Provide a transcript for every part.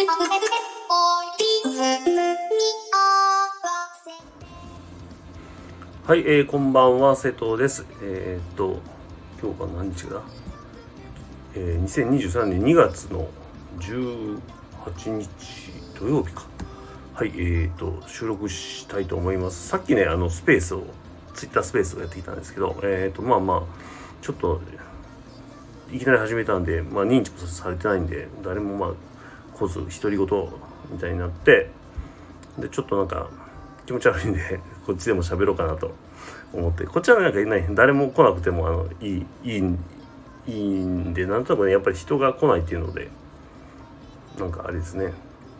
はい、こんばんは、瀬戸です。今日が何日だ、2023年2月の18日土曜日か。はい、収録したいと思います。さっきね、スペースを、ツイッタースペースをやってきたんですけど、ちょっと、いきなり始めたんで、認知されてないんで、誰も来ず、独り言みたいになって、で、ちょっとなんか、気持ち悪いんでこっちでも喋ろうかなと思って、こっちはなんか誰も来なくてもいいんで、なんとなくね、やっぱり人が来ないっていうので、なんかあれですね、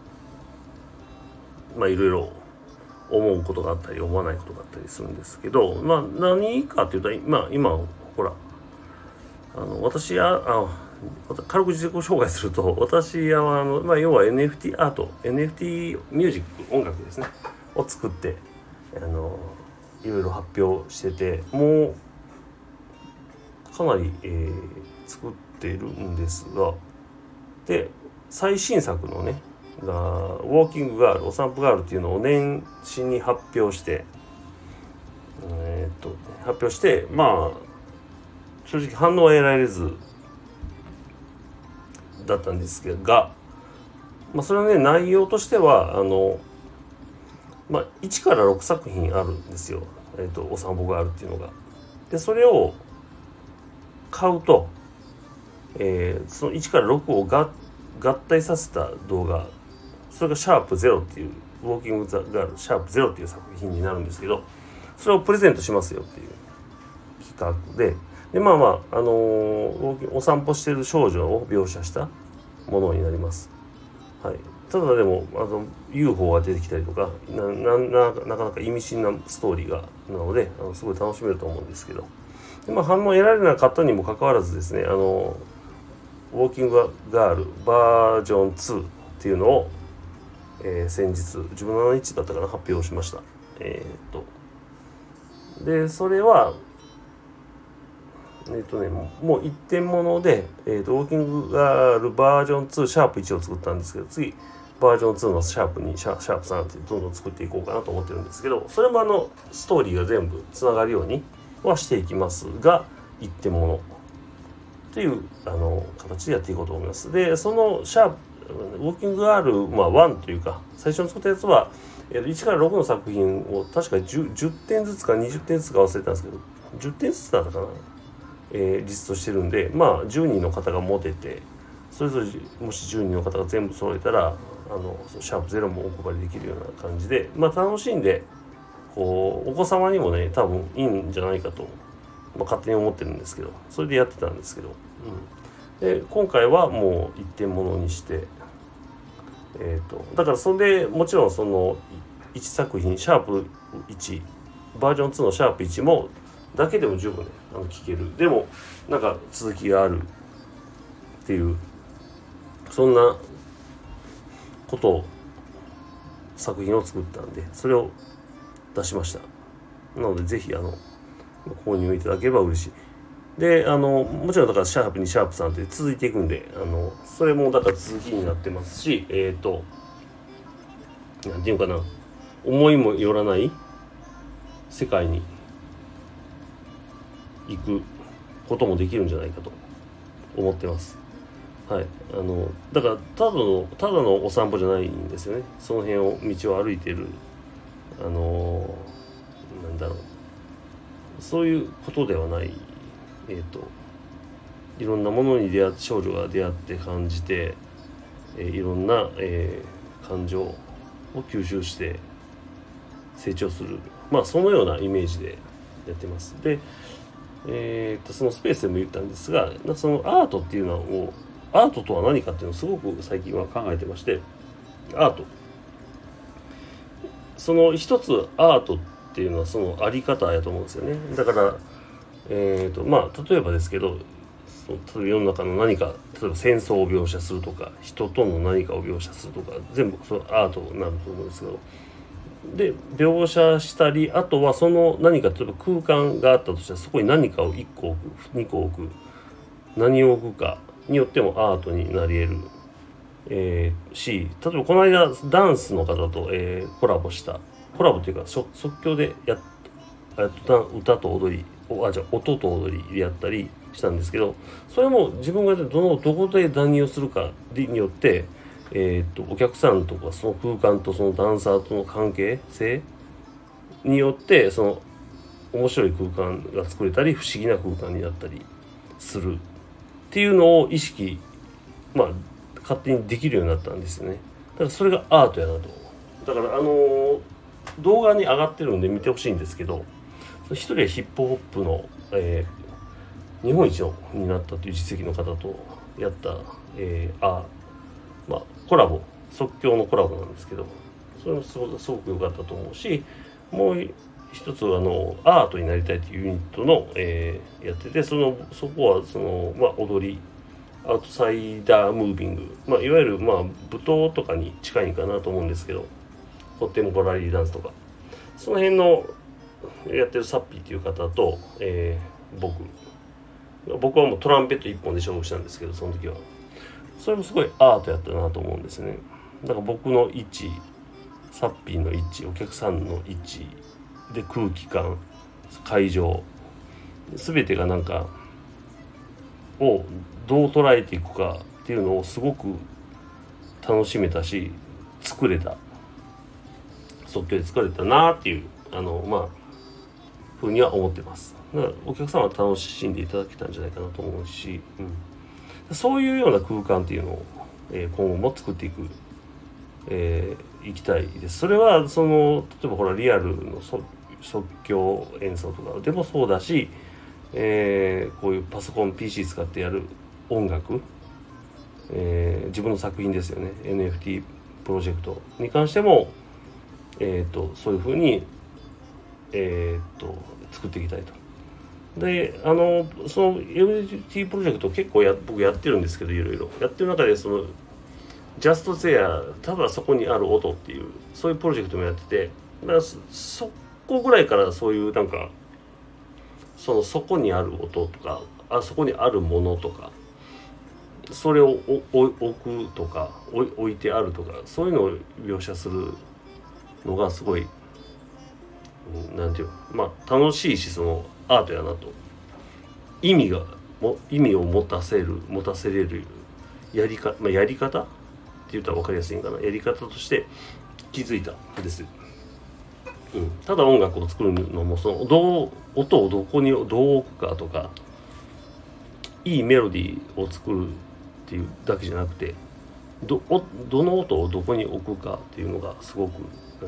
いろいろ思うことがあったり思わないことがあったりするんですけど、何かっていうと、今ほら私は軽く自己紹介すると、私は要は NFT アート、NFT ミュージック、音楽ですねを作っていろいろ発表してて、もうかなり、作っているんですが、で最新作のねウォーキングガール、お散歩ガールっていうのを年始に発表して、正直反応は得られずだったんですが、それはね、内容としては1から6作品あるんですよ、お散歩ガールっていうのが。でそれを買うと、その1から6を合体させた動画、それがシャープ0っていう、ウォーキングザガールシャープ0っていう作品になるんですけど、それをプレゼントしますよっていう企画で、お散歩している少女を描写したものになります。はい。ただでもUFO が出てきたりとか、なかなか意味深なストーリーがなので、すごい楽しめると思うんですけど、で、反応得られなかったにもかかわらずですね、ウォーキングガールバージョン2っていうのを、先日自分の何日だったかな、発表しました。でそれはもう一点物で、ウォーキングガールバージョン2シャープ1を作ったんですけど、次バージョン2のシャープ2、シャープ3ってどんどん作っていこうかなと思ってるんですけど、それもストーリーが全部つながるようにはしていきますが、一点物っていう形でやっていこうと思います。でそのウォーキングガール、1というか最初に作ったやつは、1から6の作品を確か 10点ずつか20点ずつか忘れたんですけど、10点ずつだったかな、リストしてるんで、10人の方が持てて、それぞれもし10人の方が全部揃えたらシャープ0もお配りできるような感じで、楽しんでお子様にもね多分いいんじゃないかと、勝手に思ってるんですけど、それでやってたんですけど、で今回はもう一点物にして、だからそれでもちろんその1作品シャープ1バージョン2のシャープ1もだけでも十分ね聞ける。でもなんか続きがあるっていう、そんなことを作品を作ったんで、それを出しました。なのでぜひ購入いただければ嬉しい。でもちろんだからシャープ2シャープ3って続いていくんで、それもだから続きになってますし、なんていうかな、思いもよらない世界に行くこともできるんじゃないかと思ってます。はい。だからただのお散歩じゃないんですよね。その辺を道を歩いてるなんだろう、そういうことではない、いろんなものに少女が出会って感じて、いろんな、感情を吸収して成長する、そのようなイメージでやってます。で、そのスペースでも言ったんですが、そのアートっていうのを、アートとは何かっていうのをすごく最近は考えてまして、アート、その一つアートっていうのはそのあり方やと思うんですよね。だから例えばですけど、例えば世の中の何か、例えば戦争を描写するとか、人との何かを描写するとか、全部それアートになると思うんですけど、で描写したり、あとはその何か、例えば空間があったとしたら、そこに何かを1個置く2個置く、何を置くかによってもアートになり得るし、例えばこの間ダンスの方と、コラボというか即興で歌と踊り音と踊りでやったりしたんですけど、それも自分がどこで何をするかによって、お客さんとかその空間とそのダンサーとの関係性によってその面白い空間が作れたり不思議な空間になったりするっていうのを意識勝手にできるようになったんですよね。だからそれがアートやなと。だから動画に上がってるんで見てほしいんですけど、一人はヒップホップの、日本一になったという実績の方とやった、コラボ即興のコラボなんですけど、それもすごく良かったと思うし、もう一つアートになりたいというユニットの、やってて、そこは踊りアウトサイダームービング、いわゆる舞踏とかに近いかなと思うんですけど、コンテンポラリーダンスとかその辺のやってるサッピーっていう方と、僕はもうトランペット1本で勝負したんですけど、その時はそれもすごいアートやったなと思うんですね。だから僕の位置、サッピーの位置、お客さんの位置で空気感、会場全てがなんかをどう捉えていくかっていうのをすごく楽しめたし、即興で作れたなっていうふうには思ってます。だからお客様は楽しんでいただけたんじゃないかなと思うし、そういうような空間っていうのを、今後も作っていきたいです。それは例えばリアルの即興演奏とかでもそうだし、こういうパソコン PC 使ってやる音楽、自分の作品ですよね、 NFT プロジェクトに関しても、そういうふうに、作っていきたいと。でその NFT プロジェクト結構僕やってるんですけど、いろいろやってる中でジャストセア、ただそこにある音っていうそういうプロジェクトもやってて、だからそこぐらいからそういうなんかそこにある音とかそこにあるものとか、それを置くとか置いてあるとか、そういうのを描写するのがすごい楽しいし、アートやなと。意味を持たせれるやり方って言ったら分かりやすいんかな、やり方として気づいたんですよ。ただ音楽を作るのも音をどこにどう置くかとか、いいメロディーを作るっていうだけじゃなくて、どの音をどこに置くかっていうのがすごく、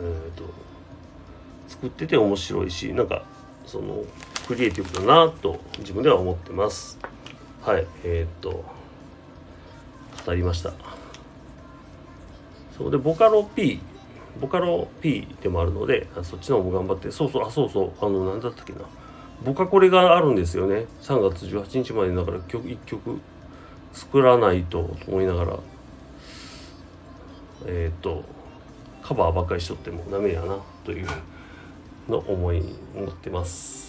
作ってて面白いし、なんかクリエイティブだなと自分では思ってます。はい、語りました。そうでボカロ P でもあるので、そっちの方も頑張って、なんだったっけな、ボカコレがあるんですよね。3月18日までだから1曲作らないと思いながら、カバーばっかりしとってもダメやなというの思い持ってます。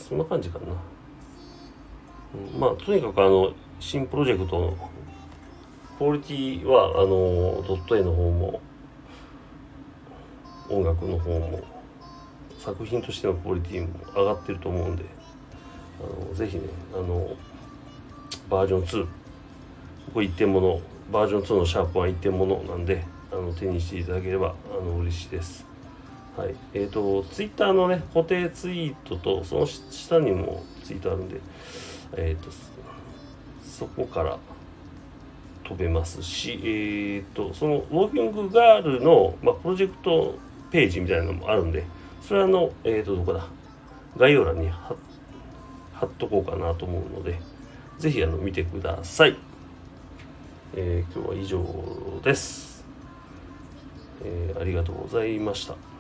そんな感じかな。とにかく新プロジェクトのクオリティはドット絵の方も音楽の方も作品としてのクオリティも上がってると思うんで、ぜひねバージョン2、これ一点物、バージョン2のシャープは一点物なんで手にしていただければ嬉しいです。はい、ツイッターのね固定ツイートとその下にもツイートあるんで、そこから飛べますし、そのウォーキングガールの、プロジェクトページみたいなのもあるんで、それはどこだ、概要欄に貼っとこうかなと思うので、ぜひ見てください。今日は以上です。ありがとうございました。